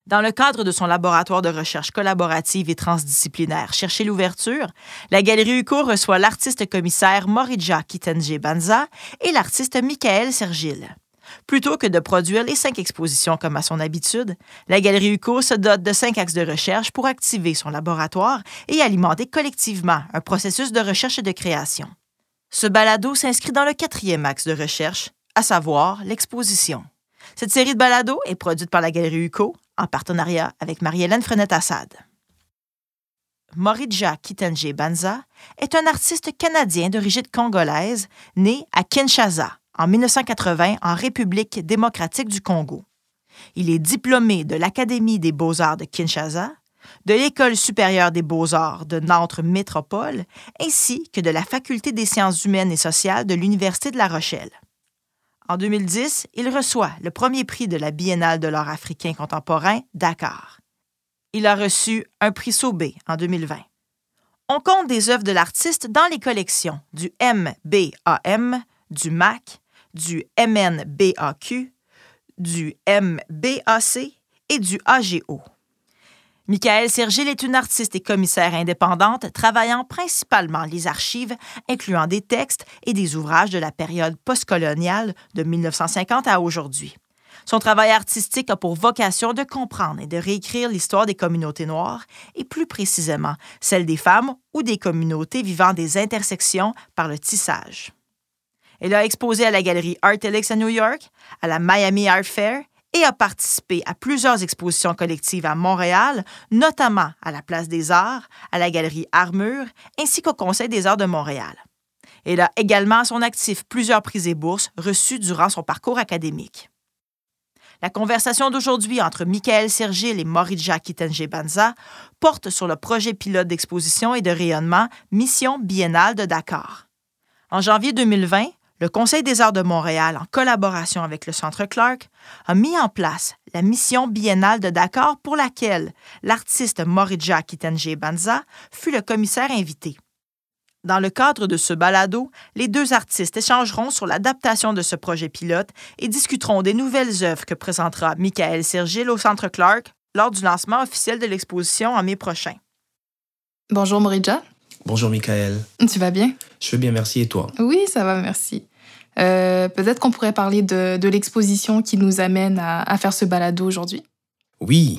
Dans le cadre de son laboratoire de recherche collaborative et transdisciplinaire Chercher l'ouverture, la Galerie UQO reçoit l'artiste commissaire Morija Kitenje Banza et l'artiste Michael Sergil. Plutôt que de produire les 5 expositions comme à son habitude, la Galerie UQO se dote de 5 axes de recherche pour activer son laboratoire et alimenter collectivement un processus de recherche et de création. Ce balado s'inscrit dans le 4e axe de recherche, à savoir l'exposition. Cette série de balados est produite par la Galerie UQO en partenariat avec Marie-Hélène Frenette-Assad. Morija Kitenje Banza est un artiste canadien d'origine congolaise né à Kinshasa en 1980 en République démocratique du Congo. Il est diplômé de l'Académie des beaux-arts de Kinshasa, de l'École supérieure des beaux-arts de Nantes Métropole ainsi que de la Faculté des sciences humaines et sociales de l'Université de La Rochelle. En 2010, il reçoit le premier prix de la Biennale de l'art africain contemporain, Dakar. Il a reçu un prix Sobé en 2020. On compte des œuvres de l'artiste dans les collections du MBAM, du MAC, du MNBAQ, du MBAC et du AGO. Michael Sergil est une artiste et commissaire indépendante travaillant principalement les archives, incluant des textes et des ouvrages de la période postcoloniale de 1950 à aujourd'hui. Son travail artistique a pour vocation de comprendre et de réécrire l'histoire des communautés noires et plus précisément celle des femmes ou des communautés vivant des intersections par le tissage. Elle a exposé à la galerie Artelix à New York, à la Miami Art Fair et a participé à plusieurs expositions collectives à Montréal, notamment à la Place des Arts, à la galerie Armure, ainsi qu'au Conseil des arts de Montréal. Elle a également à son actif plusieurs prix et bourses reçus durant son parcours académique. La conversation d'aujourd'hui entre Michael Sergil et Morija Kitenje Banza porte sur le projet pilote d'exposition et de rayonnement Mission biennale de Dakar. En janvier 2020, le Conseil des arts de Montréal, en collaboration avec le Centre Clark, a mis en place la Mission biennale de Dakar pour laquelle l'artiste Morija Kitenje Banza fut le commissaire invité. Dans le cadre de ce balado, les 2 artistes échangeront sur l'adaptation de ce projet pilote et discuteront des nouvelles œuvres que présentera Michael Sergil au Centre Clark lors du lancement officiel de l'exposition en mai prochain. Bonjour Morija. Bonjour Michael. Tu vas bien? Je vais bien, merci. Et toi? Oui, ça va, merci. Peut-être qu'on pourrait parler de l'exposition qui nous amène à faire ce balado aujourd'hui. Oui.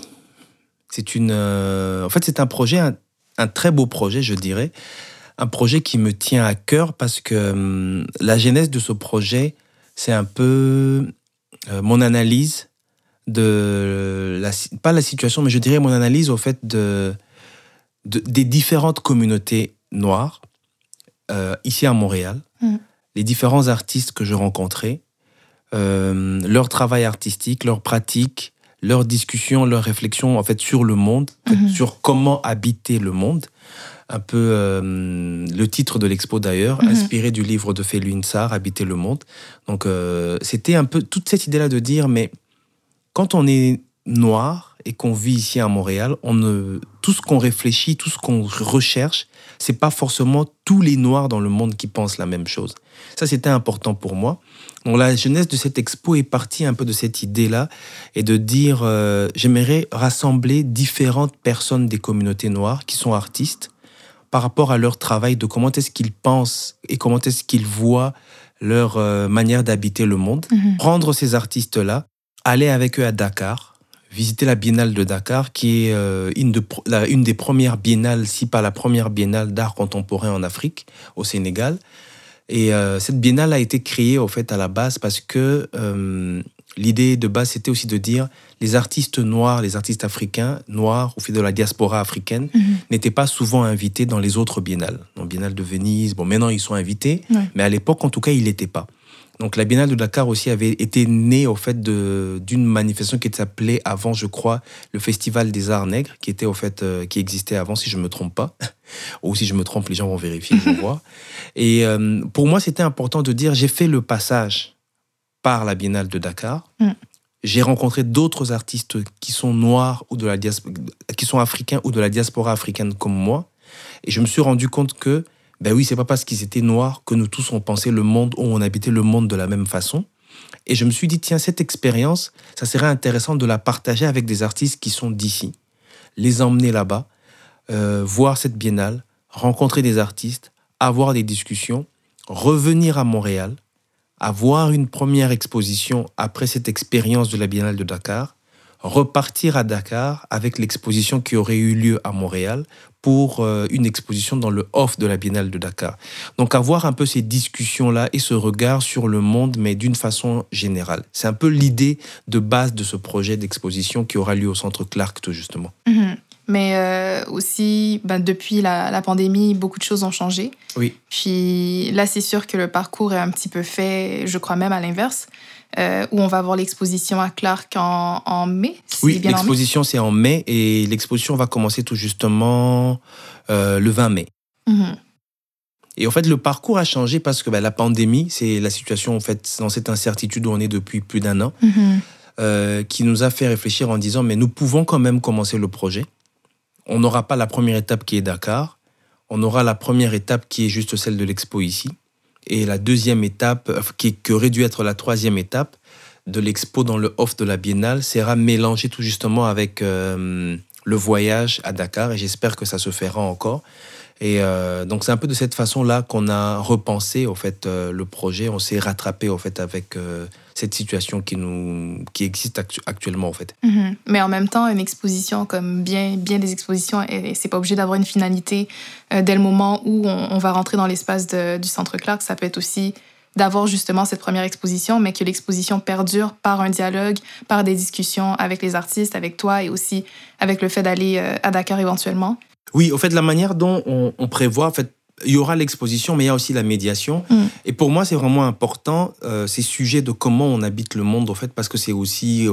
En fait, c'est un projet, un très beau projet, je dirais. Un projet qui me tient à cœur parce que la genèse de ce projet, c'est un peu mon analyse pas la situation, mais je dirais mon analyse au fait des différentes communautés noires ici à Montréal, les différents artistes que je rencontrais, leur travail artistique, leur pratique, leurs discussions, leurs réflexions en fait sur le monde, sur comment habiter le monde. Un peu le titre de l'expo d'ailleurs, inspiré du livre de Felwine Sarr, Habiter le monde. Donc c'était un peu toute cette idée-là de dire, mais quand on est noir et qu'on vit ici à Montréal, tout ce qu'on réfléchit, tout ce qu'on recherche, c'est pas forcément tous les noirs dans le monde qui pensent la même chose. Ça, c'était important pour moi. Donc la genèse de cette expo est partie un peu de cette idée-là et de dire, j'aimerais rassembler différentes personnes des communautés noires qui sont artistes par rapport à leur travail, de comment est-ce qu'ils pensent et comment est-ce qu'ils voient leur manière d'habiter le monde. Prendre ces artistes-là, aller avec eux à Dakar, visiter la Biennale de Dakar, qui est une des premières biennales, si pas la première biennale d'art contemporain en Afrique, au Sénégal. Et cette biennale a été créée au fait à la base parce que l'idée de base, c'était aussi de dire les artistes noirs, les artistes africains noirs ou de la diaspora africaine n'étaient pas souvent invités dans les autres biennales. Dans la Biennale de Venise, bon, maintenant ils sont invités, mais à l'époque, en tout cas, ils l'étaient pas. Donc la Biennale de Dakar aussi avait été née au fait d'une manifestation qui s'appelait avant, je crois, le Festival des Arts Nègres, qui était au fait qui existait avant, si je me trompe pas, ou si je me trompe, les gens vont vérifier, vont voir. Et pour moi, c'était important de dire, j'ai fait le passage par la Biennale de Dakar. J'ai rencontré d'autres artistes qui sont noirs ou qui sont africains ou de la diaspora africaine comme moi, et je me suis rendu compte que ben oui, c'est pas parce qu'ils étaient noirs que nous tous on pensait le monde ou on habitait le monde de la même façon. Et je me suis dit, tiens, cette expérience, ça serait intéressant de la partager avec des artistes qui sont d'ici, les emmener là-bas, voir cette biennale, rencontrer des artistes, avoir des discussions, revenir à Montréal, avoir une première exposition après cette expérience de la Biennale de Dakar, repartir à Dakar avec l'exposition qui aurait eu lieu à Montréal pour une exposition dans le off de la Biennale de Dakar. Donc avoir un peu ces discussions-là et ce regard sur le monde, mais d'une façon générale. C'est un peu l'idée de base de ce projet d'exposition qui aura lieu au Centre Clark, tout justement. Mm-hmm. Mais aussi, depuis la pandémie, beaucoup de choses ont changé. Oui. Puis là, c'est sûr que le parcours est un petit peu fait, je crois même à l'inverse, où on va avoir l'exposition à Clark en mai. Oui, l'exposition, c'est en mai et l'exposition va commencer tout justement le 20 mai. Mm-hmm. Et en fait, le parcours a changé parce que la pandémie, c'est la situation, en fait, dans cette incertitude où on est depuis plus d'un an, qui nous a fait réfléchir en disant, mais nous pouvons quand même commencer le projet. On n'aura pas la première étape qui est Dakar. On aura la première étape qui est juste celle de l'expo ici. Et la deuxième étape, qui aurait dû être la troisième étape de l'expo dans le off de la Biennale, sera mélangée tout justement avec le voyage à Dakar. Et j'espère que ça se fera encore. Et donc c'est un peu de cette façon-là qu'on a repensé au fait le projet. On s'est rattrapé au fait avec cette situation qui existe actuellement en fait. Mm-hmm. Mais en même temps, une exposition comme bien des expositions, c'est pas obligé d'avoir une finalité dès le moment où on va rentrer dans l'espace du Centre Clark. Ça peut être aussi d'avoir justement cette première exposition, mais que l'exposition perdure par un dialogue, par des discussions avec les artistes, avec toi et aussi avec le fait d'aller à Dakar éventuellement. Oui, au fait, la manière dont on prévoit, en fait, il y aura l'exposition, mais il y a aussi la médiation. Et pour moi, c'est vraiment important, ces sujets de comment on habite le monde, en fait, parce que c'est aussi...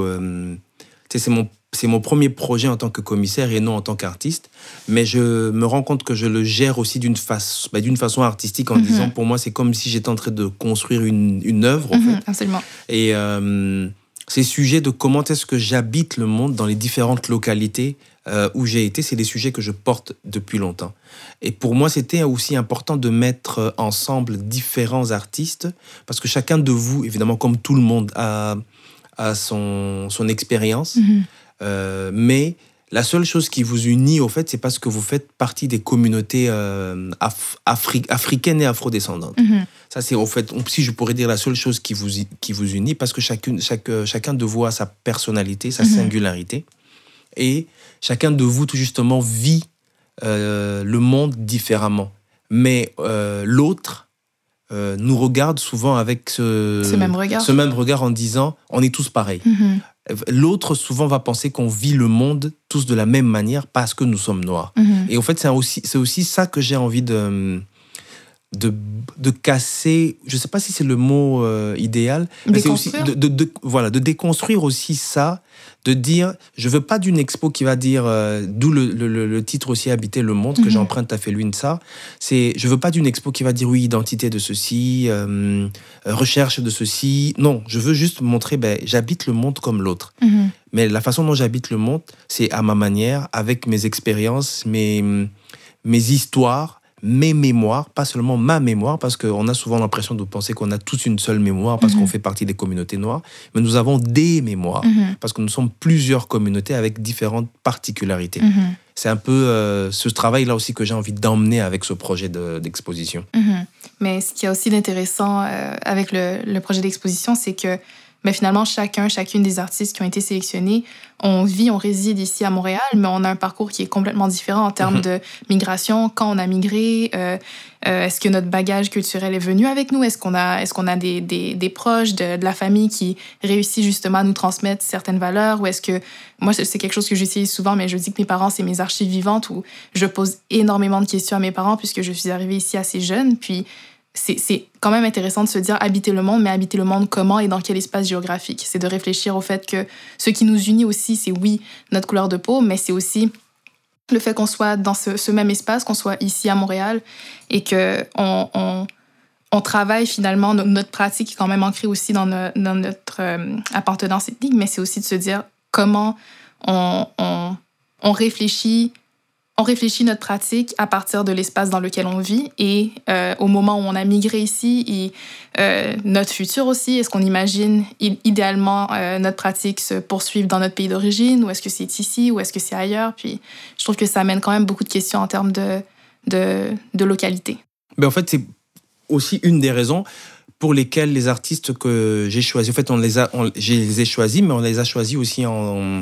c'est mon premier projet en tant que commissaire et non en tant qu'artiste. Mais je me rends compte que je le gère aussi d'une façon artistique en disant, pour moi, c'est comme si j'étais en train de construire une œuvre, en fait. Absolument. Et ces sujets de comment est-ce que j'habite le monde dans les différentes localités où j'ai été, c'est des sujets que je porte depuis longtemps. Et pour moi, c'était aussi important de mettre ensemble différents artistes, parce que chacun de vous, évidemment, comme tout le monde, a son expérience. Mais la seule chose qui vous unit, au fait, c'est parce que vous faites partie des communautés africaines et afrodescendantes. Ça, c'est, au fait, si je pourrais dire la seule chose qui vous unit, parce que chacun de vous a sa personnalité, sa singularité. Et chacun de vous, tout justement, vit le monde différemment. Mais l'autre nous regarde souvent avec ce même regard en disant « on est tous pareils ». L'autre, souvent, va penser qu'on vit le monde tous de la même manière parce que nous sommes noirs. Et en fait, c'est aussi ça que j'ai envie de casser, je ne sais pas si c'est le mot idéal, mais c'est aussi de déconstruire aussi ça, de dire, je ne veux pas d'une expo qui va dire, d'où le titre aussi Habiter le monde, que j'emprunte à Felwine ça, je ne veux pas d'une expo qui va dire, oui, identité de ceci, recherche de ceci, non, je veux juste montrer, j'habite le monde comme l'autre. Mais la façon dont j'habite le monde, c'est à ma manière, avec mes expériences, mes histoires, mes mémoires, pas seulement ma mémoire, parce qu'on a souvent l'impression de penser qu'on a tous une seule mémoire parce qu'on fait partie des communautés noires, mais nous avons des mémoires, parce que nous sommes plusieurs communautés avec différentes particularités. C'est un peu ce travail-là aussi que j'ai envie d'emmener avec ce projet d'exposition. Mais ce qui est aussi d'intéressant avec le projet d'exposition, c'est que finalement, chacune des artistes qui ont été sélectionnés, on réside ici à Montréal, mais on a un parcours qui est complètement différent en termes de migration. Quand on a migré, est-ce que notre bagage culturel est venu avec nous? Est-ce qu'on a des proches de la famille qui réussissent justement à nous transmettre certaines valeurs? Ou est-ce que... Moi, c'est quelque chose que j'utilise souvent, mais je dis que mes parents, c'est mes archives vivantes où je pose énormément de questions à mes parents puisque je suis arrivée ici assez jeune. Puis... C'est quand même intéressant de se dire habiter le monde, mais habiter le monde comment et dans quel espace géographique. C'est de réfléchir au fait que ce qui nous unit aussi, c'est oui, notre couleur de peau, mais c'est aussi le fait qu'on soit dans ce même espace, qu'on soit ici à Montréal et qu'on travaille finalement, notre pratique est quand même ancrée aussi dans notre appartenance ethnique, mais c'est aussi de se dire comment on réfléchit on réfléchit notre pratique à partir de l'espace dans lequel on vit et au moment où on a migré ici et notre futur aussi. Est-ce qu'on imagine idéalement notre pratique se poursuivre dans notre pays d'origine ou est-ce que c'est ici ou est-ce que c'est ailleurs? Puis je trouve que ça amène quand même beaucoup de questions en termes de localité. Mais en fait, c'est aussi une des raisons pour lesquelles les artistes que j'ai choisis, en fait, je les ai choisis, mais on les a choisis aussi en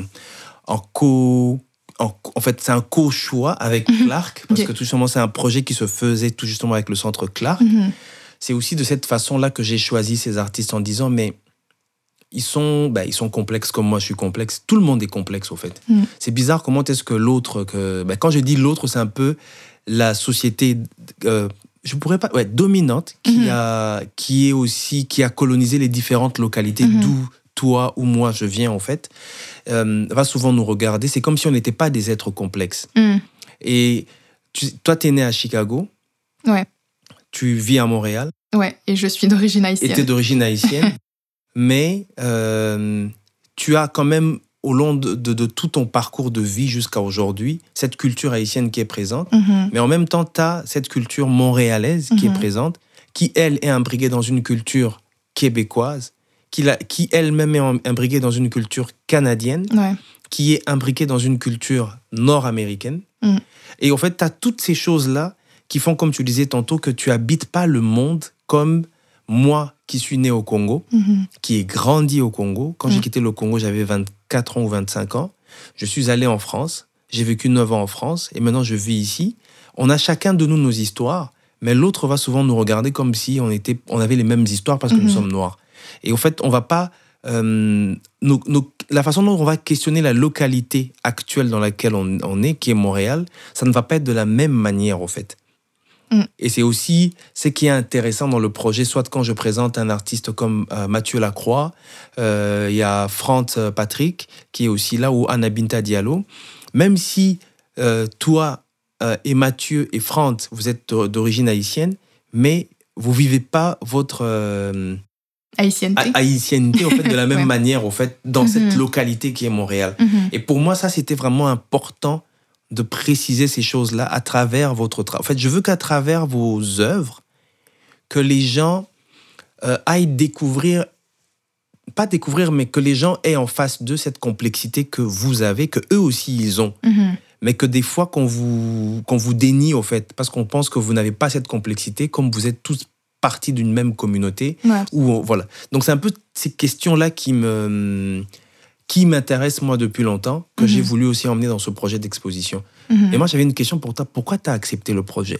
fait, c'est un co-choix avec Clark, parce que tout simplement, c'est un projet qui se faisait tout justement avec le centre Clark. C'est aussi de cette façon-là que j'ai choisi ces artistes en disant, mais ils sont complexes comme moi, je suis complexe. Tout le monde est complexe, au fait. C'est bizarre comment est-ce que l'autre... quand je dis l'autre, c'est un peu la société... dominante, qui a colonisé les différentes localités d'où toi ou moi je viens, en fait, va souvent nous regarder. C'est comme si on n'était pas des êtres complexes. Et toi, tu es né à Chicago. Ouais. Tu vis à Montréal. Ouais, et je suis d'origine haïtienne. Et tu es d'origine haïtienne. Mais tu as quand même, au long de tout ton parcours de vie jusqu'à aujourd'hui, cette culture haïtienne qui est présente. Mais en même temps, tu as cette culture montréalaise qui est présente, qui, elle, est imbriquée dans une culture québécoise, qui elle-même est imbriquée dans une culture canadienne, qui est imbriquée dans une culture nord-américaine. Et en fait, tu as toutes ces choses-là qui font, comme tu disais tantôt, que tu habites pas le monde comme moi qui suis né au Congo, qui ai grandi au Congo. Quand j'ai quitté le Congo, j'avais 24 ans ou 25 ans. Je suis allé en France, j'ai vécu 9 ans en France et maintenant je vis ici. On a chacun de nous nos histoires, mais l'autre va souvent nous regarder comme si on avait les mêmes histoires parce que nous sommes noirs. Et en fait, on va pas... la façon dont on va questionner la localité actuelle dans laquelle on est, qui est Montréal, ça ne va pas être de la même manière, en fait. Et c'est aussi ce qui est intéressant dans le projet, soit quand je présente un artiste comme Mathieu Lacroix, il y a France Patrick qui est aussi là, ou Anna Binta Diallo. Même si toi et Mathieu et France, vous êtes d'origine haïtienne, mais vous ne vivez pas votre... haïtienneté en fait, de la même manière en fait, dans cette localité qui est Montréal. Et pour moi, ça, c'était vraiment important de préciser ces choses-là à travers votre travail. En fait, je veux qu'à travers vos œuvres, que les gens aillent découvrir, pas découvrir, mais que les gens aient en face d'eux cette complexité que vous avez, que eux aussi ils ont. Mais que des fois, qu'on vous dénie, au fait, parce qu'on pense que vous n'avez pas cette complexité, comme vous êtes tous partie d'une même communauté. Voilà. Donc, c'est un peu ces questions-là qui m'intéressent, moi, depuis longtemps, que j'ai voulu aussi emmener dans ce projet d'exposition. Et moi, j'avais une question pour toi. Pourquoi tu as accepté le projet?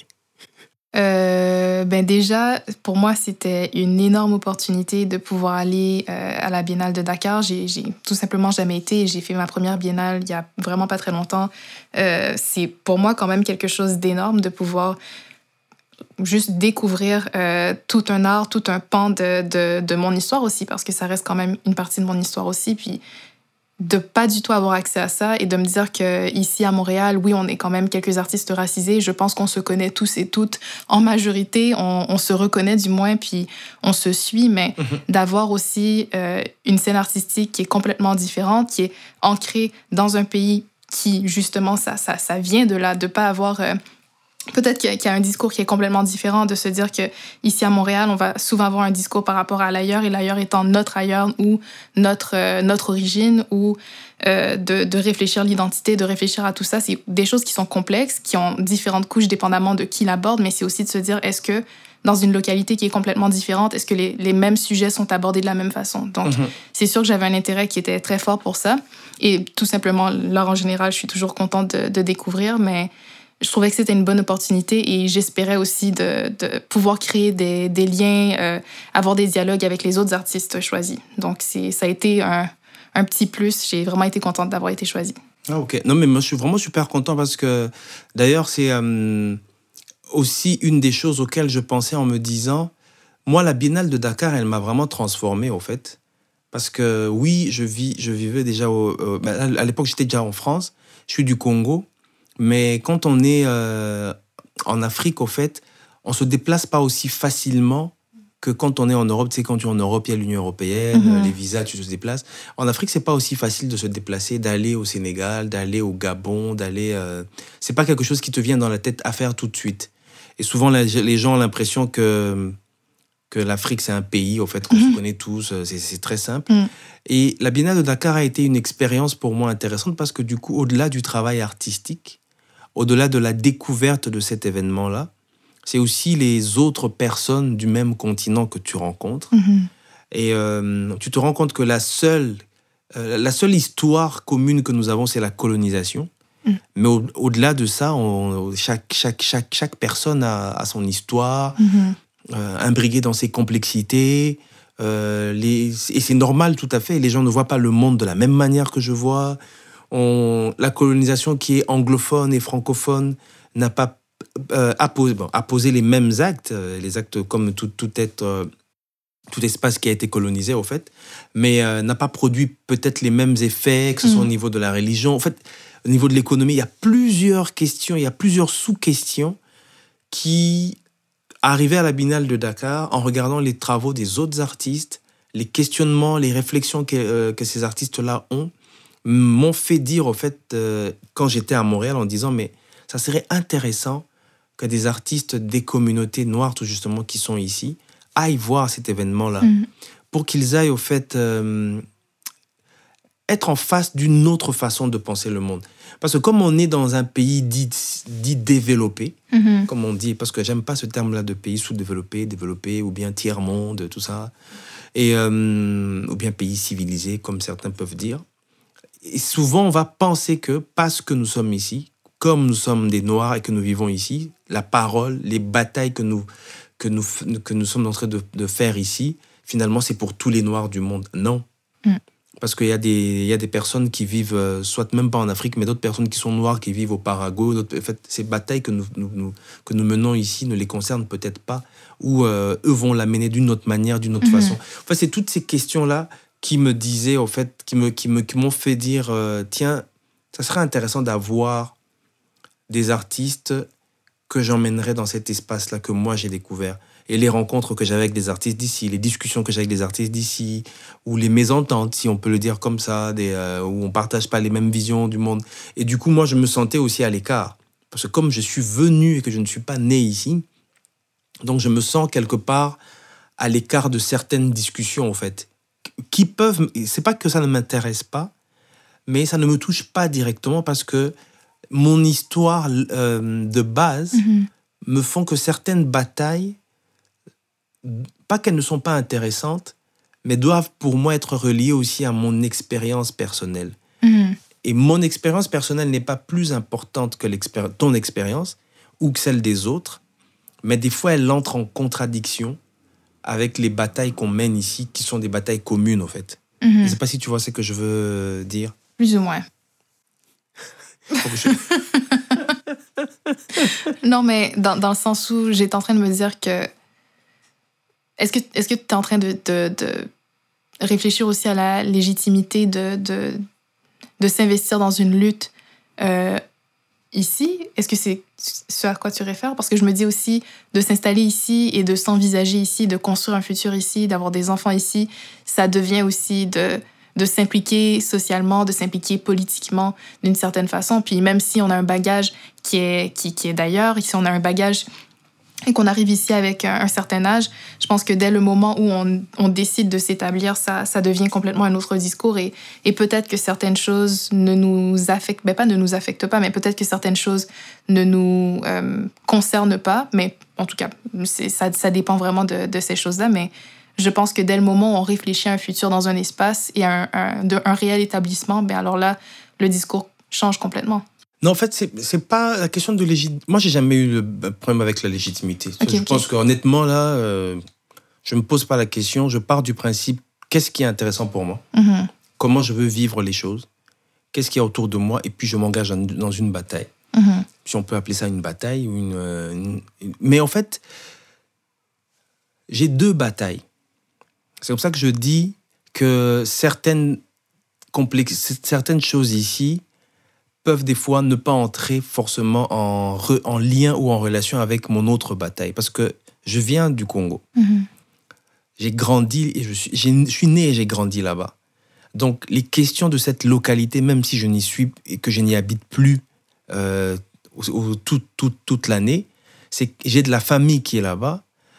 Déjà, pour moi, c'était une énorme opportunité de pouvoir aller à la Biennale de Dakar. J'ai tout simplement jamais été. J'ai fait ma première biennale il y a vraiment pas très longtemps. C'est pour moi quand même quelque chose d'énorme de pouvoir juste découvrir tout un art, tout un pan de mon histoire aussi, parce que ça reste quand même une partie de mon histoire aussi. Puis de pas du tout avoir accès à ça et de me dire qu'ici à Montréal, oui, on est quand même quelques artistes racisés. Je pense qu'on se connaît tous et toutes en majorité. On se reconnaît du moins, puis on se suit. Mais d'avoir aussi une scène artistique qui est complètement différente, qui est ancrée dans un pays qui, justement, ça vient de là, de pas avoir... Peut-être qu'il y a un discours qui est complètement différent, de se dire qu'ici à Montréal, on va souvent avoir un discours par rapport à l'ailleurs, et l'ailleurs étant notre ailleurs ou notre origine, ou de réfléchir l'identité, de réfléchir à tout ça. C'est des choses qui sont complexes, qui ont différentes couches dépendamment de qui l'aborde, mais c'est aussi de se dire, est-ce que dans une localité qui est complètement différente, est-ce que les mêmes sujets sont abordés de la même façon? Donc, c'est sûr que j'avais un intérêt qui était très fort pour ça. Et tout simplement, l'art en général, je suis toujours contente de découvrir, mais... Je trouvais que c'était une bonne opportunité et j'espérais aussi de pouvoir créer des liens, avoir des dialogues avec les autres artistes choisis. Donc, ça a été un petit plus. J'ai vraiment été contente d'avoir été choisie. Ah, ok. Non, mais moi, je suis vraiment super content parce que, d'ailleurs, c'est aussi une des choses auxquelles je pensais en me disant, moi, la Biennale de Dakar, elle m'a vraiment transformé, au fait. Parce que, oui, je vivais déjà... à l'époque, j'étais déjà en France. Je suis du Congo. Mais quand on est en Afrique, au fait, on ne se déplace pas aussi facilement que quand on est en Europe, tu sais, quand tu es en Europe, il y a l'Union européenne, les visas, tu te déplaces. En Afrique, c'est pas aussi facile de se déplacer, d'aller au Sénégal, d'aller au Gabon, c'est pas quelque chose qui te vient dans la tête à faire tout de suite. Et souvent, les gens ont l'impression que l'Afrique, c'est un pays, au fait, qu'on se connaît tous, c'est très simple. Et la Biennale de Dakar a été une expérience pour moi intéressante parce que du coup, au-delà du travail artistique, au-delà de la découverte de cet événement-là, c'est aussi les autres personnes du même continent que tu rencontres. Et tu te rends compte que la seule histoire commune que nous avons, c'est la colonisation. Mais au-delà de ça, chaque personne a son histoire, imbriquée dans ses complexités. Et c'est normal tout à fait. Les gens ne voient pas le monde de la même manière que je vois. La colonisation qui est anglophone et francophone n'a pas a posé les mêmes actes, les actes comme tout espace qui a été colonisé, au fait, mais n'a pas produit peut-être les mêmes effets, que ce soit au niveau de la religion. En fait, au niveau de l'économie, il y a plusieurs questions, il y a plusieurs sous-questions qui arrivaient à la Biennale de Dakar en regardant les travaux des autres artistes, les questionnements, les réflexions que ces artistes-là ont, m'ont fait dire, au fait, quand j'étais à Montréal, en disant, mais ça serait intéressant que des artistes des communautés noires, tout justement, qui sont ici, aillent voir cet événement-là, pour qu'ils aillent, au fait, être en face d'une autre façon de penser le monde. Parce que comme on est dans un pays dit développé, comme on dit, parce que j'aime pas ce terme-là de pays sous-développé, développé, ou bien tiers-monde, tout ça, ou bien pays civilisé, comme certains peuvent dire. Et souvent, on va penser que parce que nous sommes ici, comme nous sommes des Noirs et que nous vivons ici, la parole, les batailles que nous sommes en train de faire ici, finalement, c'est pour tous les Noirs du monde. Non. Parce qu'il y a des personnes qui vivent, soit même pas en Afrique, mais d'autres personnes qui sont noires, qui vivent au Paraguay. En fait, ces batailles que nous menons ici ne les concernent peut-être pas, ou eux vont l'amener d'une autre manière, d'une autre façon. Enfin, c'est toutes ces questions-là qui me disaient, en fait, qui m'ont fait dire, tiens, ça serait intéressant d'avoir des artistes que j'emmènerais dans cet espace-là que moi j'ai découvert. Et les rencontres que j'avais avec des artistes d'ici, les discussions que j'avais avec des artistes d'ici, ou les mésententes, si on peut le dire comme ça, où on ne partage pas les mêmes visions du monde. Et du coup, moi, je me sentais aussi à l'écart. Parce que comme je suis venu et que je ne suis pas né ici, donc je me sens quelque part à l'écart de certaines discussions, en fait, qui peuvent... C'est pas que ça ne m'intéresse pas, mais ça ne me touche pas directement parce que mon histoire de base me font que certaines batailles, pas qu'elles ne sont pas intéressantes, mais doivent pour moi être reliées aussi à mon expérience personnelle. Et mon expérience personnelle n'est pas plus importante que ton expérience ou que celle des autres, mais des fois elle entre en contradiction avec les batailles qu'on mène ici, qui sont des batailles communes, en fait. Je ne sais pas si tu vois ce que je veux dire. Plus ou moins. Non, mais dans le sens où j'étais en train de me dire que... Est-ce que tu es en train de réfléchir aussi à la légitimité de s'investir dans une lutte ici? Est-ce que c'est ce à quoi tu réfères? Parce que je me dis aussi de s'installer ici et de s'envisager ici, de construire un futur ici, d'avoir des enfants ici, ça devient aussi de s'impliquer socialement, de s'impliquer politiquement d'une certaine façon. Puis même si on a un bagage qui est d'ailleurs, si on a un bagage et qu'on arrive ici avec un certain âge, je pense que dès le moment où on décide de s'établir, ça devient complètement un autre discours et peut-être que certaines choses ne nous affectent, pas ne nous affectent pas, mais peut-être que certaines choses ne nous concernent pas, mais en tout cas, ça dépend vraiment de ces choses-là, mais je pense que dès le moment où on réfléchit à un futur dans un espace et à un réel établissement, alors là, le discours change complètement. Non, en fait, c'est pas la question de légitimité. Moi, j'ai jamais eu de problème avec la légitimité. Je pense qu'honnêtement, là, je me pose pas la question. Je pars du principe, qu'est-ce qui est intéressant pour moi? Comment je veux vivre les choses? Qu'est-ce qu'il y a autour de moi? Et puis, je m'engage dans une bataille. Si on peut appeler ça une bataille ou Mais en fait, j'ai deux batailles. C'est comme ça que je dis que certaines choses ici peuvent des fois ne pas entrer forcément en lien ou en relation avec mon autre bataille. Parce que je viens du Congo. j'ai grandi et je suis né et j'ai grandi là-bas. Donc, les questions de cette localité, même si je n'y suis et que je n'y habite plus toute l'année, c'est que j'ai de la famille qui est là-bas.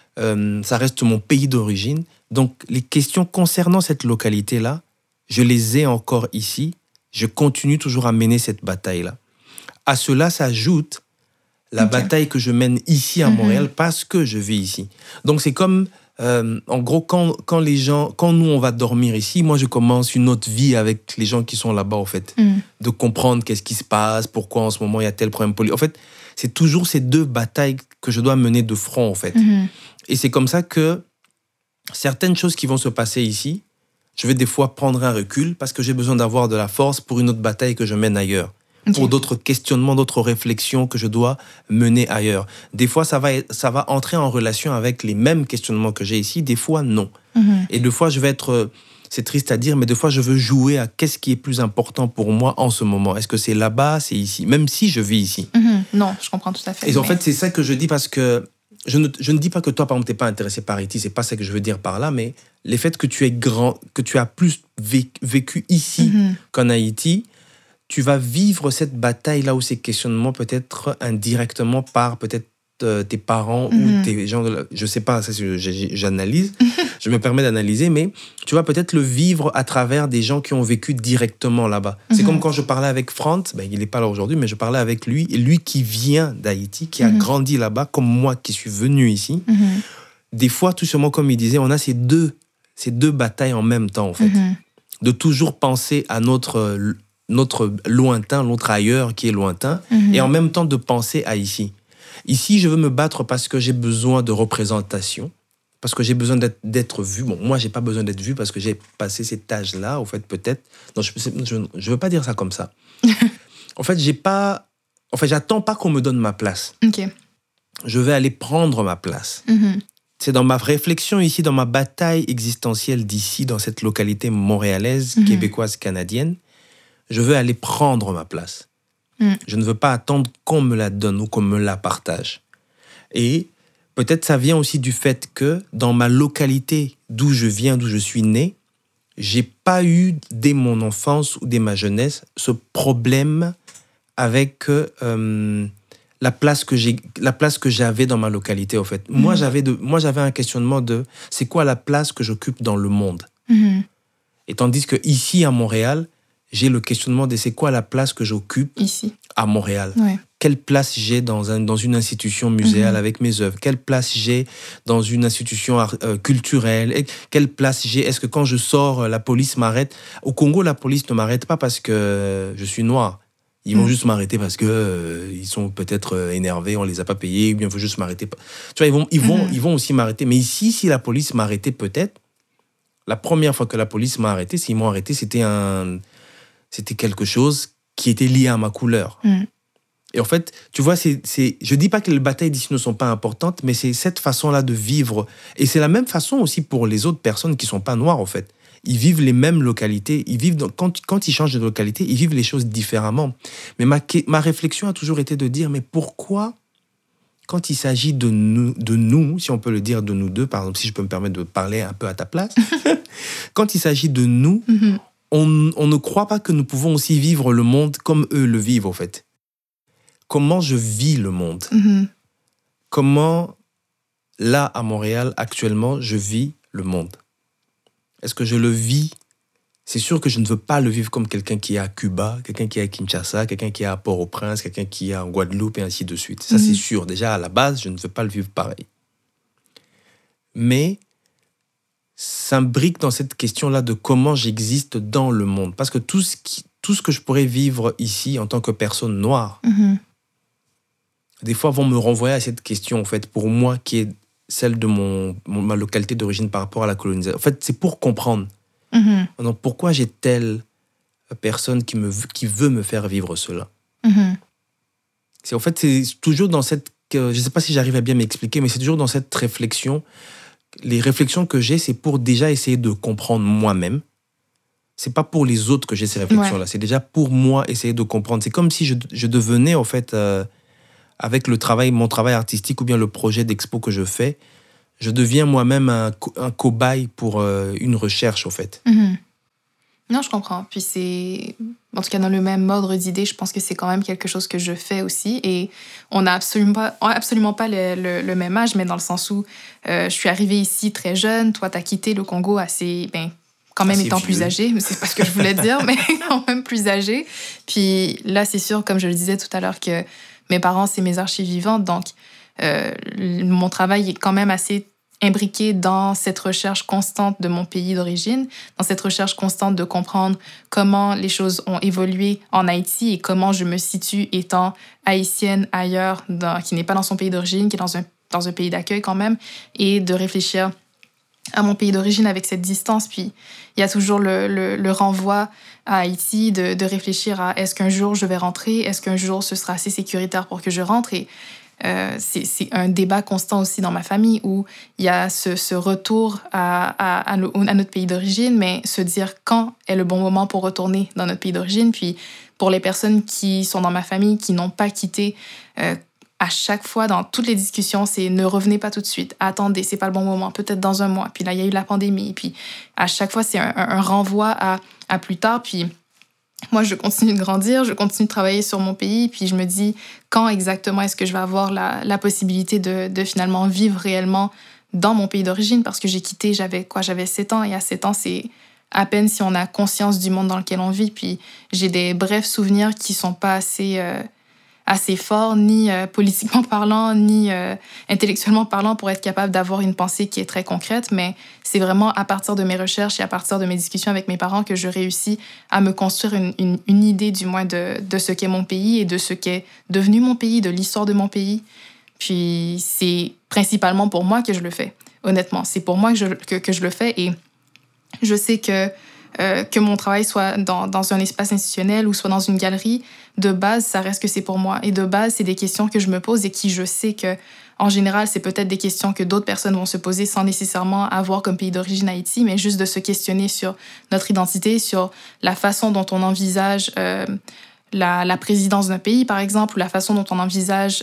Ça reste mon pays d'origine. Donc, les questions concernant cette localité-là, je les ai encore ici. Je continue toujours à mener cette bataille-là. À cela s'ajoute la bataille que je mène ici à Montréal parce que je vis ici. Donc, c'est comme... en gros, quand nous, on va dormir ici, moi, je commence une autre vie avec les gens qui sont là-bas, en fait. De comprendre qu'est-ce qui se passe, pourquoi en ce moment, il y a tel problème politique. En fait, c'est toujours ces deux batailles que je dois mener de front, en fait. Et c'est comme ça que certaines choses qui vont se passer ici, je vais des fois prendre un recul parce que j'ai besoin d'avoir de la force pour une autre bataille que je mène ailleurs. Pour d'autres questionnements, d'autres réflexions que je dois mener ailleurs. Des fois, ça va entrer en relation avec les mêmes questionnements que j'ai ici, des fois, non. Et des fois, je vais être... C'est triste à dire, mais des fois, je veux jouer à qu'est-ce qui est plus important pour moi en ce moment. Est-ce que c'est là-bas, c'est ici? Même si je vis ici. Non, je comprends tout à fait. Et en fait, c'est ça que je dis parce que je ne dis pas que toi, par exemple, tu n'es pas intéressé par Haïti. C'est pas ça que je veux dire par là, mais les faits que tu es grand, que tu as plus vécu ici qu'en Haïti, tu vas vivre cette bataille-là ou ces questionnements peut-être indirectement par peut-être tes parents ou tes gens je sais pas, ça j'analyse, je me permets d'analyser, mais tu vas peut-être le vivre à travers des gens qui ont vécu directement là-bas. C'est comme quand je parlais avec Franz, il n'est pas là aujourd'hui, mais je parlais avec lui, et lui qui vient d'Haïti, qui a grandi là-bas, comme moi qui suis venu ici. Des fois, tout simplement, comme il disait, on a ces deux batailles en même temps, en fait. De toujours penser à notre lointain, l'autre ailleurs qui est lointain, et en même temps de penser à ici. Ici, je veux me battre parce que j'ai besoin de représentation, parce que j'ai besoin d'être vu. Bon, moi, j'ai pas besoin d'être vu parce que j'ai passé cet âge-là, au fait, peut-être. Non, je veux pas dire ça comme ça. En fait, j'attends pas qu'on me donne ma place. Je vais aller prendre ma place. C'est dans ma réflexion ici, dans ma bataille existentielle d'ici, dans cette localité montréalaise, québécoise, canadienne. Je veux aller prendre ma place. Je ne veux pas attendre qu'on me la donne ou qu'on me la partage. Et peut-être ça vient aussi du fait que dans ma localité d'où je viens, d'où je suis né, j'ai pas eu dès mon enfance ou dès ma jeunesse ce problème avec la place que j'avais dans ma localité, en fait. Moi, j'avais un questionnement de c'est quoi la place que j'occupe dans le monde. Et tandis que ici à Montréal, j'ai le questionnement de c'est quoi la place que j'occupe ici à Montréal. Quelle place j'ai dans une institution muséale avec mes œuvres? Quelle place j'ai dans une institution culturelle? Quelle place j'ai? Est-ce que quand je sors, la police m'arrête? Au Congo, la police ne m'arrête pas parce que je suis noir. Ils vont juste m'arrêter parce que ils sont peut-être énervés, on les a pas payés, ou bien il faut juste m'arrêter. Tu vois, ils vont aussi m'arrêter. Mais ici, si la police m'arrêtait peut-être, la première fois que la police m'a arrêté, s'ils m'ont arrêté, c'était quelque chose qui était lié à ma couleur. Et en fait, tu vois, je dis pas que les batailles d'ici ne sont pas importantes, mais c'est cette façon-là de vivre. Et c'est la même façon aussi pour les autres personnes qui sont pas noires, en fait. Ils vivent les mêmes localités. Quand ils changent de localité, ils vivent les choses différemment. Mais ma réflexion a toujours été de dire, mais pourquoi, quand il s'agit de nous, si on peut le dire de nous deux, par exemple, si je peux me permettre de parler un peu à ta place, quand il s'agit de nous, on ne croit pas que nous pouvons aussi vivre le monde comme eux le vivent, en fait. Comment je vis le monde? Comment, là, à Montréal, actuellement, je vis le monde? Est-ce que je le vis? C'est sûr que je ne veux pas le vivre comme quelqu'un qui est à Cuba, quelqu'un qui est à Kinshasa, quelqu'un qui est à Port-au-Prince, quelqu'un qui est en Guadeloupe, et ainsi de suite. Ça, c'est sûr. Déjà, à la base, je ne veux pas le vivre pareil. Mais s'imbrique dans cette question-là de comment j'existe dans le monde. Parce que tout ce que je pourrais vivre ici en tant que personne noire, des fois vont me renvoyer à cette question, en fait, pour moi, qui est celle de ma localité d'origine par rapport à la colonisation. En fait, c'est pour comprendre. Donc, pourquoi j'ai telle personne qui veut me faire vivre cela. En fait, c'est toujours dans cette... je ne sais pas si j'arrive à bien m'expliquer, mais c'est toujours dans cette réflexion. Les réflexions que j'ai, c'est pour déjà essayer de comprendre moi-même. C'est pas pour les autres que j'ai ces réflexions-là. Ouais. C'est déjà pour moi essayer de comprendre. C'est comme si je devenais, en fait, avec mon travail artistique ou bien le projet d'expo que je fais, je deviens moi-même un cobaye pour une recherche, au fait. Mm-hmm. Non, je comprends. Puis en tout cas, dans le même ordre d'idée, je pense que c'est quand même quelque chose que je fais aussi. Et on n'a absolument pas le même âge, mais dans le sens où je suis arrivée ici très jeune. Toi, tu as quitté le Congo quand même étant plus âgé. C'est pas ce que je voulais dire, mais quand même plus âgé. Puis là, c'est sûr, comme je le disais tout à l'heure, que mes parents, c'est mes archives vivantes. Donc, mon travail est quand même assez imbriquée dans cette recherche constante de mon pays d'origine, dans cette recherche constante de comprendre comment les choses ont évolué en Haïti et comment je me situe étant haïtienne ailleurs, qui n'est pas dans son pays d'origine, qui est dans un pays d'accueil quand même, et de réfléchir à mon pays d'origine avec cette distance. Puis il y a toujours le renvoi à Haïti de réfléchir à est-ce qu'un jour je vais rentrer, est-ce qu'un jour ce sera assez sécuritaire pour que je rentre. Et c'est un débat constant aussi dans ma famille où il y a ce retour à notre pays d'origine, mais se dire quand est le bon moment pour retourner dans notre pays d'origine. Puis pour les personnes qui sont dans ma famille, qui n'ont pas quitté, à chaque fois, dans toutes les discussions, c'est ne revenez pas tout de suite, attendez, c'est pas le bon moment, peut-être dans un mois. Puis là, il y a eu la pandémie. Puis à chaque fois, c'est un renvoi à plus tard. Puis moi, je continue de grandir, je continue de travailler sur mon pays, puis je me dis quand exactement est-ce que je vais avoir la possibilité de finalement vivre réellement dans mon pays d'origine, parce que j'ai quitté, j'avais 7 ans, et à 7 ans, c'est à peine si on a conscience du monde dans lequel on vit, puis j'ai des brefs souvenirs qui sont pas assez forts, ni politiquement parlant, ni intellectuellement parlant, pour être capable d'avoir une pensée qui est très concrète. Mais c'est vraiment à partir de mes recherches et à partir de mes discussions avec mes parents que je réussis à me construire une idée, du moins, de ce qu'est mon pays et de ce qu'est devenu mon pays, de l'histoire de mon pays. Puis c'est principalement pour moi que je le fais, honnêtement. C'est pour moi que je le fais, et je sais que mon travail soit dans un espace institutionnel ou soit dans une galerie, de base, ça reste que c'est pour moi. Et de base, c'est des questions que je me pose et qui, je sais que, en général, c'est peut-être des questions que d'autres personnes vont se poser sans nécessairement avoir comme pays d'origine Haïti, mais juste de se questionner sur notre identité, sur la façon dont on envisage la présidence d'un pays, par exemple, ou la façon dont on envisage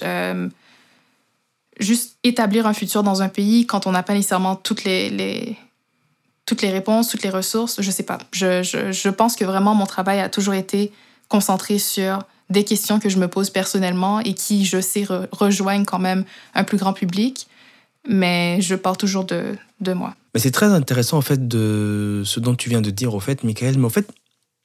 juste établir un futur dans un pays quand on n'a pas nécessairement toutes les réponses, toutes les ressources, je sais pas. Je pense que vraiment mon travail a toujours été concentré sur des questions que je me pose personnellement et qui, je sais, rejoignent quand même un plus grand public, mais je pars toujours de moi. Mais c'est très intéressant, en fait, de ce dont tu viens de dire, au fait, Michael. Mais au fait,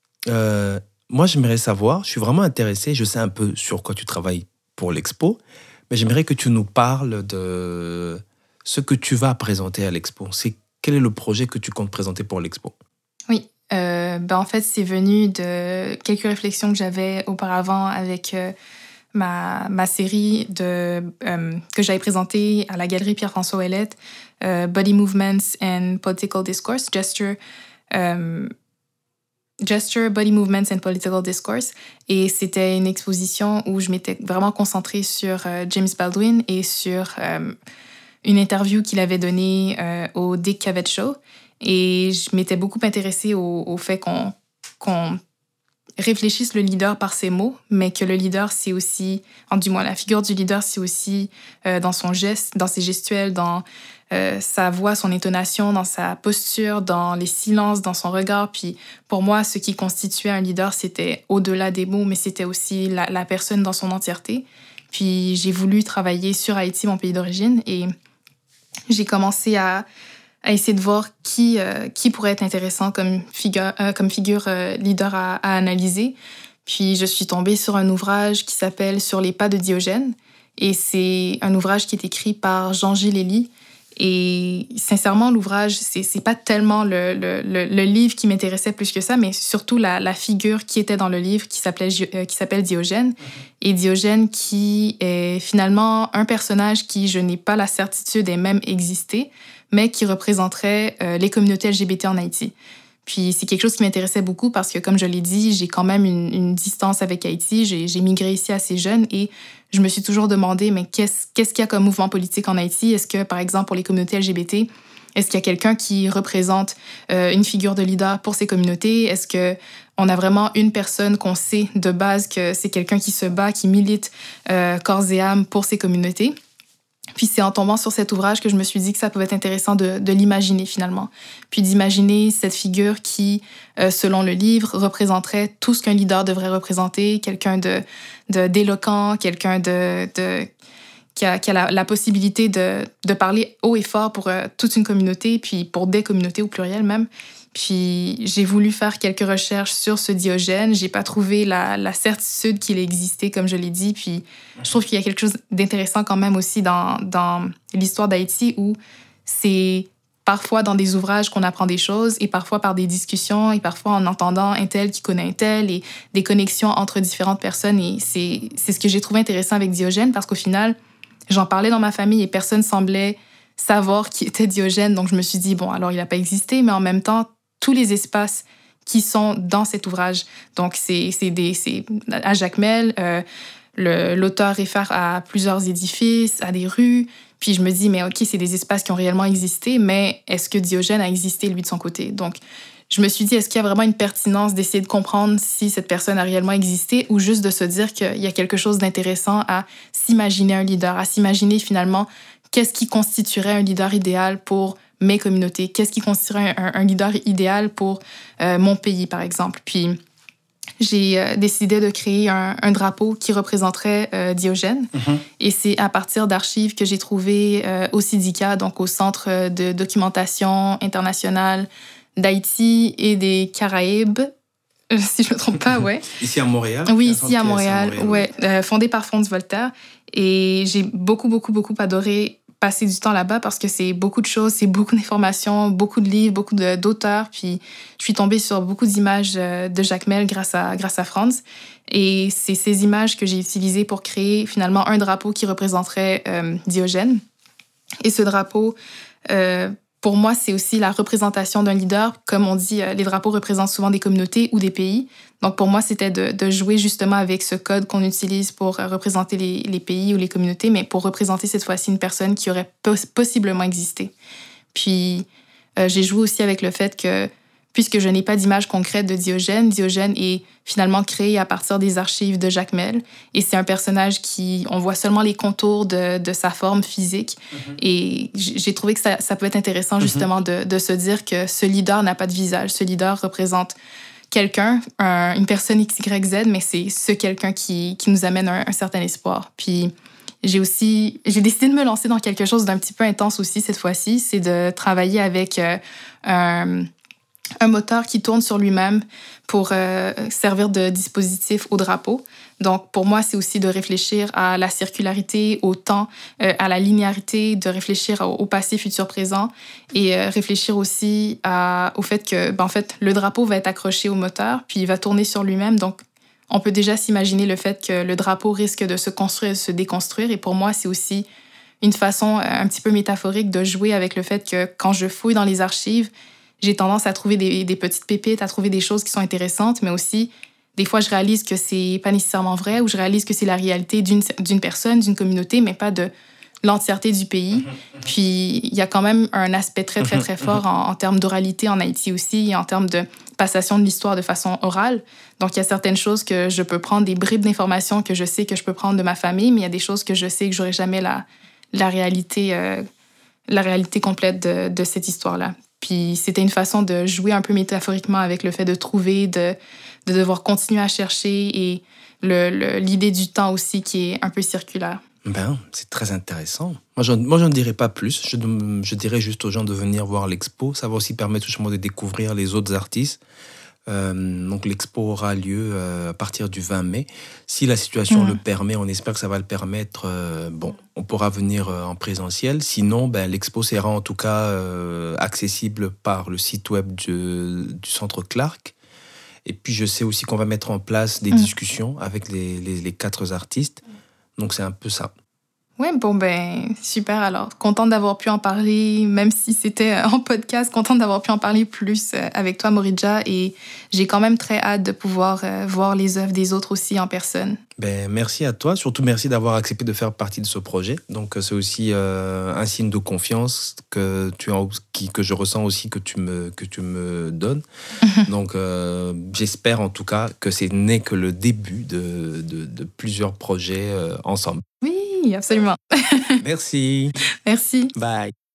moi, j'aimerais savoir, je suis vraiment intéressé, je sais un peu sur quoi tu travailles pour l'expo, mais j'aimerais que tu nous parles de ce que tu vas présenter à l'expo. Quel est le projet que tu comptes présenter pour l'expo? Oui, en fait, c'est venu de quelques réflexions que j'avais auparavant avec ma série que j'avais présentée à la galerie Pierre-François Ouellette, Body Movements and Political Discourse, Gesture, Body Movements and Political Discourse. Et c'était une exposition où je m'étais vraiment concentrée sur James Baldwin et sur une interview qu'il avait donnée au Dick Cavett Show. Et je m'étais beaucoup intéressée au fait qu'on réfléchisse le leader par ses mots, mais que le leader, c'est aussi, du moins la figure du leader, c'est aussi dans son geste, dans ses gestuels, dans sa voix, son intonation, dans sa posture, dans les silences, dans son regard. Puis pour moi, ce qui constituait un leader, c'était au-delà des mots, mais c'était aussi la personne dans son entièreté. Puis j'ai voulu travailler sur Haïti, mon pays d'origine, et j'ai commencé à essayer de voir qui pourrait être intéressant comme figure leader à analyser. Puis je suis tombée sur un ouvrage qui s'appelle « Sur les pas de Diogène ». Et c'est un ouvrage qui est écrit par Jean-Gilles Elie. Et sincèrement, l'ouvrage, c'est pas tellement le livre qui m'intéressait plus que ça, mais surtout la figure qui était dans le livre qui s'appelle Diogène. Et Diogène qui est finalement un personnage qui, je n'ai pas la certitude, ait même existé, mais qui représenterait les communautés LGBT en Haïti. Puis c'est quelque chose qui m'intéressait beaucoup parce que, comme je l'ai dit, j'ai quand même une distance avec Haïti. J'ai migré ici assez jeune et je me suis toujours demandé, mais qu'est-ce qu'il y a comme mouvement politique en Haïti? Est-ce que, par exemple, pour les communautés LGBT, est-ce qu'il y a quelqu'un qui représente une figure de leader pour ces communautés? Est-ce qu'on a vraiment une personne qu'on sait de base que c'est quelqu'un qui se bat, qui milite corps et âme pour ces communautés? Puis c'est en tombant sur cet ouvrage que je me suis dit que ça pouvait être intéressant de l'imaginer finalement. Puis d'imaginer cette figure qui, selon le livre, représenterait tout ce qu'un leader devrait représenter, quelqu'un d'éloquent, quelqu'un qui a la possibilité de parler haut et fort pour toute une communauté, puis pour des communautés au pluriel même. Puis j'ai voulu faire quelques recherches sur ce Diogène. J'ai pas trouvé la certitude qu'il existait, comme je l'ai dit. Puis je trouve qu'il y a quelque chose d'intéressant quand même aussi dans l'histoire d'Haïti où c'est parfois dans des ouvrages qu'on apprend des choses et parfois par des discussions et parfois en entendant un tel qui connaît un tel et des connexions entre différentes personnes. Et c'est ce que j'ai trouvé intéressant avec Diogène parce qu'au final, j'en parlais dans ma famille et personne semblait savoir qui était Diogène. Donc je me suis dit, bon, alors il n'a pas existé, mais en même temps, tous les espaces qui sont dans cet ouvrage. Donc, c'est à Jacmel, l'auteur réfère à plusieurs édifices, à des rues. Puis je me dis, mais OK, c'est des espaces qui ont réellement existé, mais est-ce que Diogène a existé, lui, de son côté? Donc, je me suis dit, est-ce qu'il y a vraiment une pertinence d'essayer de comprendre si cette personne a réellement existé ou juste de se dire qu'il y a quelque chose d'intéressant à s'imaginer un leader, à s'imaginer finalement qu'est-ce qui constituerait un leader idéal pour mes communautés, qu'est-ce qui constituerait un leader idéal pour mon pays, par exemple. Puis, j'ai décidé de créer un drapeau qui représenterait Diogène. Mm-hmm. Et c'est à partir d'archives que j'ai trouvées au CIDICA, donc au Centre de documentation internationale d'Haïti et des Caraïbes, si je ne me trompe pas, ouais. Ici à Montréal? Oui, ici à Montréal, ouais. Fondé par Franz Volter. Et j'ai beaucoup adoré passer du temps là-bas parce que c'est beaucoup de choses, c'est beaucoup d'informations, beaucoup de livres, beaucoup d'auteurs. Puis je suis tombée sur beaucoup d'images de Jacmel grâce à Franz. Et c'est ces images que j'ai utilisées pour créer finalement un drapeau qui représenterait Diogène. Et ce drapeau, pour moi, c'est aussi la représentation d'un leader. Comme on dit, les drapeaux représentent souvent des communautés ou des pays. Donc, pour moi, c'était de jouer justement avec ce code qu'on utilise pour représenter les pays ou les communautés, mais pour représenter cette fois-ci une personne qui aurait possiblement existé. Puis, j'ai joué aussi avec le fait que, puisque je n'ai pas d'image concrète de Diogène, Diogène est finalement créé à partir des archives de Jacmel. Et c'est un personnage on voit seulement les contours de sa forme physique. Mm-hmm. Et j'ai trouvé que ça peut être intéressant justement de se dire que ce leader n'a pas de visage. Ce leader représente quelqu'un, une personne XYZ, mais c'est ce quelqu'un qui nous amène un certain espoir. Puis j'ai décidé de me lancer dans quelque chose d'un petit peu intense aussi cette fois-ci, c'est de travailler avec un moteur qui tourne sur lui-même pour servir de dispositif au drapeau. Donc, pour moi, c'est aussi de réfléchir à la circularité, au temps, à la linéarité, de réfléchir au passé, futur, présent et réfléchir aussi au fait que, en fait, le drapeau va être accroché au moteur puis il va tourner sur lui-même. Donc, on peut déjà s'imaginer le fait que le drapeau risque de se construire et de se déconstruire. Et pour moi, c'est aussi une façon un petit peu métaphorique de jouer avec le fait que quand je fouille dans les archives, j'ai tendance à trouver des petites pépites, à trouver des choses qui sont intéressantes, mais aussi, des fois, je réalise que c'est pas nécessairement vrai ou je réalise que c'est la réalité d'une personne, d'une communauté, mais pas de l'entièreté du pays. Puis, il y a quand même un aspect très, très, très fort en termes d'oralité en Haïti aussi et en termes de passation de l'histoire de façon orale. Donc, il y a certaines choses que je peux prendre, des bribes d'informations que je sais que je peux prendre de ma famille, mais il y a des choses que je sais que j'aurai jamais la réalité complète de cette histoire-là. Puis c'était une façon de jouer un peu métaphoriquement avec le fait de trouver, de devoir continuer à chercher et l'idée du temps aussi qui est un peu circulaire. C'est très intéressant. Moi, j'en dirais pas plus. Je dirais juste aux gens de venir voir l'expo. Ça va aussi permettre justement de découvrir les autres artistes. Donc l'expo aura lieu à partir du 20 mai. Si la situation le permet, on espère que ça va le permettre. On pourra venir en présentiel. Sinon, l'expo sera en tout cas accessible par le site web du Centre Clark. Et puis je sais aussi qu'on va mettre en place des discussions avec les 4 artistes. Donc c'est un peu ça. Oui, super alors. Contente d'avoir pu en parler, même si c'était en podcast, contente d'avoir pu en parler plus avec toi, Moridja. Et j'ai quand même très hâte de pouvoir voir les œuvres des autres aussi en personne. Merci à toi. Surtout, merci d'avoir accepté de faire partie de ce projet. Donc, c'est aussi un signe de confiance que je ressens aussi que tu me donnes. Donc, j'espère en tout cas que ce n'est que le début de plusieurs projets ensemble. Oui, Oui, absolument. Merci. Merci. Bye.